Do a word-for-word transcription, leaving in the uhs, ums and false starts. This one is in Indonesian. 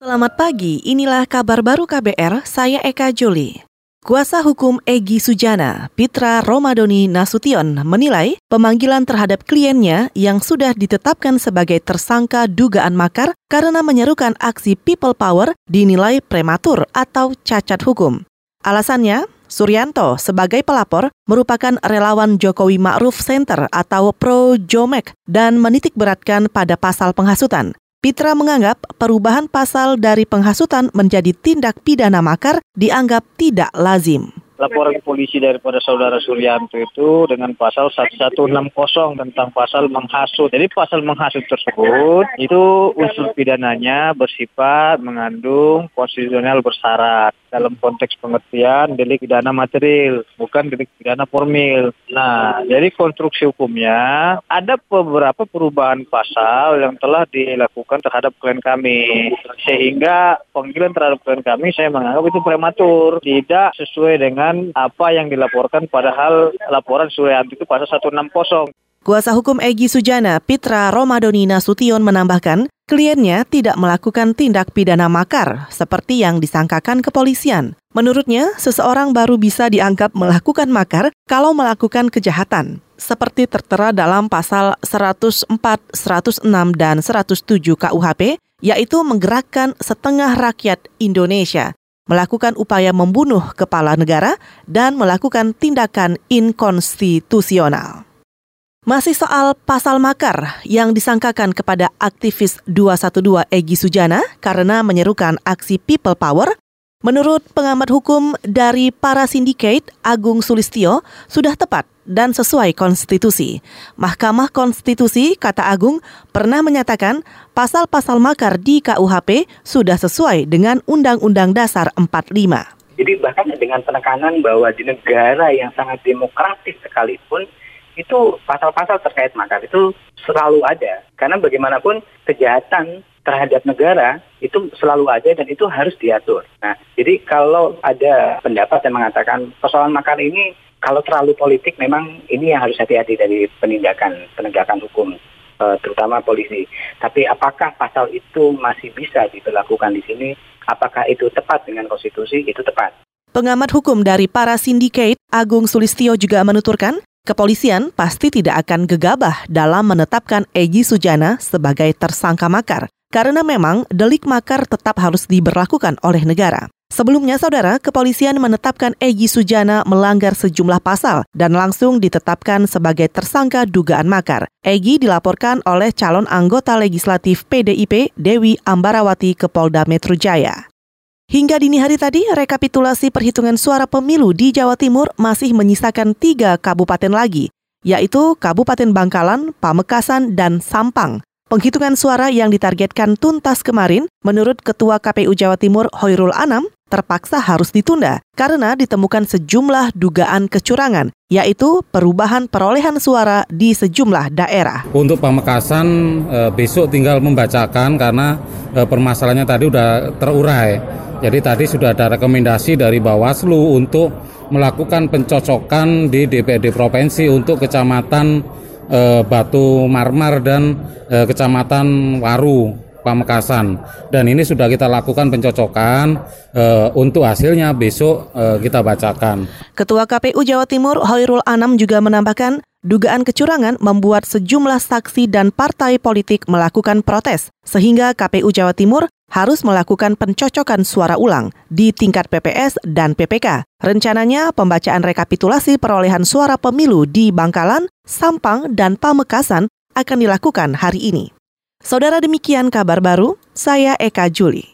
Selamat pagi, inilah kabar baru K B R, saya Eka Juli. Kuasa hukum Egy Sujana, Pitra Romadhoni Nasution, menilai pemanggilan terhadap kliennya yang sudah ditetapkan sebagai tersangka dugaan makar karena menyerukan aksi People Power dinilai prematur atau cacat hukum. Alasannya, Suryanto sebagai pelapor merupakan relawan Jokowi Ma'ruf Center atau Pro-Jomek dan menitikberatkan pada pasal penghasutan. Pitra menganggap perubahan pasal dari penghasutan menjadi tindak pidana makar dianggap tidak lazim. Laporan polisi daripada saudara Suryanto itu dengan pasal seratus enam puluh tentang pasal menghasut. Jadi pasal menghasut tersebut itu unsur pidananya bersifat mengandung konstitusional bersyarat dalam konteks pengertian delik pidana material, bukan delik pidana formil. Nah, jadi konstruksi hukumnya ada beberapa perubahan pasal yang telah dilakukan terhadap klien kami. Sehingga panggilan terhadap klien kami saya menganggap itu prematur, tidak sesuai dengan apa yang dilaporkan, padahal laporan Suryanto itu pasal seratus enam puluh. Kuasa hukum Egy Sujana, Pitra Romadhoni Nasution menambahkan, kliennya tidak melakukan tindak pidana makar seperti yang disangkakan kepolisian. Menurutnya, seseorang baru bisa dianggap melakukan makar kalau melakukan kejahatan, seperti tertera dalam pasal seratus empat, seratus enam, dan seratus tujuh K U H P, yaitu menggerakkan setengah rakyat Indonesia, melakukan upaya membunuh kepala negara, dan melakukan tindakan inkonstitusional. Masih soal pasal makar yang disangkakan kepada aktivis dua satu dua Egy Sujana karena menyerukan aksi People Power, menurut pengamat hukum dari para sindikat, Agung Sulistyo, sudah tepat dan sesuai konstitusi. Mahkamah Konstitusi, kata Agung, pernah menyatakan pasal-pasal makar di K U H P sudah sesuai dengan Undang-Undang Dasar empat puluh lima. Jadi bahkan dengan penekanan bahwa di negara yang sangat demokratis sekalipun, itu pasal-pasal terkait makar itu selalu ada. Karena bagaimanapun kejahatan terhadap negara itu selalu ada dan itu harus diatur. Nah, jadi kalau ada pendapat yang mengatakan persoalan makar ini kalau terlalu politik, memang ini yang harus hati-hati dari penindakan penegakan hukum, terutama polisi. Tapi apakah pasal itu masih bisa diberlakukan di sini? Apakah itu tepat dengan konstitusi? Itu tepat. Pengamat hukum dari para sindikat, Agung Sulistyo, juga menuturkan, kepolisian pasti tidak akan gegabah dalam menetapkan Egy Sujana sebagai tersangka makar, karena memang delik makar tetap harus diberlakukan oleh negara. Sebelumnya, saudara, kepolisian menetapkan Egy Sujana melanggar sejumlah pasal dan langsung ditetapkan sebagai tersangka dugaan makar. Egy dilaporkan oleh calon anggota legislatif P D I P Dewi Ambarawati ke Polda Metro Jaya. Hingga dini hari tadi, rekapitulasi perhitungan suara pemilu di Jawa Timur masih menyisakan tiga kabupaten lagi, yaitu Kabupaten Bangkalan, Pamekasan, dan Sampang. Penghitungan suara yang ditargetkan tuntas kemarin, menurut Ketua K P U Jawa Timur Hoirul Anam, terpaksa harus ditunda karena ditemukan sejumlah dugaan kecurangan, yaitu perubahan perolehan suara di sejumlah daerah. Untuk Pamekasan, eh, besok tinggal membacakan karena eh, permasalahannya tadi sudah terurai. Jadi tadi sudah ada rekomendasi dari Bawaslu untuk melakukan pencocokan di D P R D Provinsi untuk Kecamatan e, Batu Marmar dan e, Kecamatan Waru, Pamekasan. Dan ini sudah kita lakukan pencocokan, e, untuk hasilnya besok e, kita bacakan. Ketua K P U Jawa Timur Hoirul Anam juga menambahkan, dugaan kecurangan membuat sejumlah saksi dan partai politik melakukan protes, sehingga K P U Jawa Timur harus melakukan pencocokan suara ulang di tingkat P P S dan P P K. Rencananya pembacaan rekapitulasi perolehan suara pemilu di Bangkalan, Sampang, dan Pamekasan akan dilakukan hari ini. Saudara, demikian kabar baru, saya Eka Juli.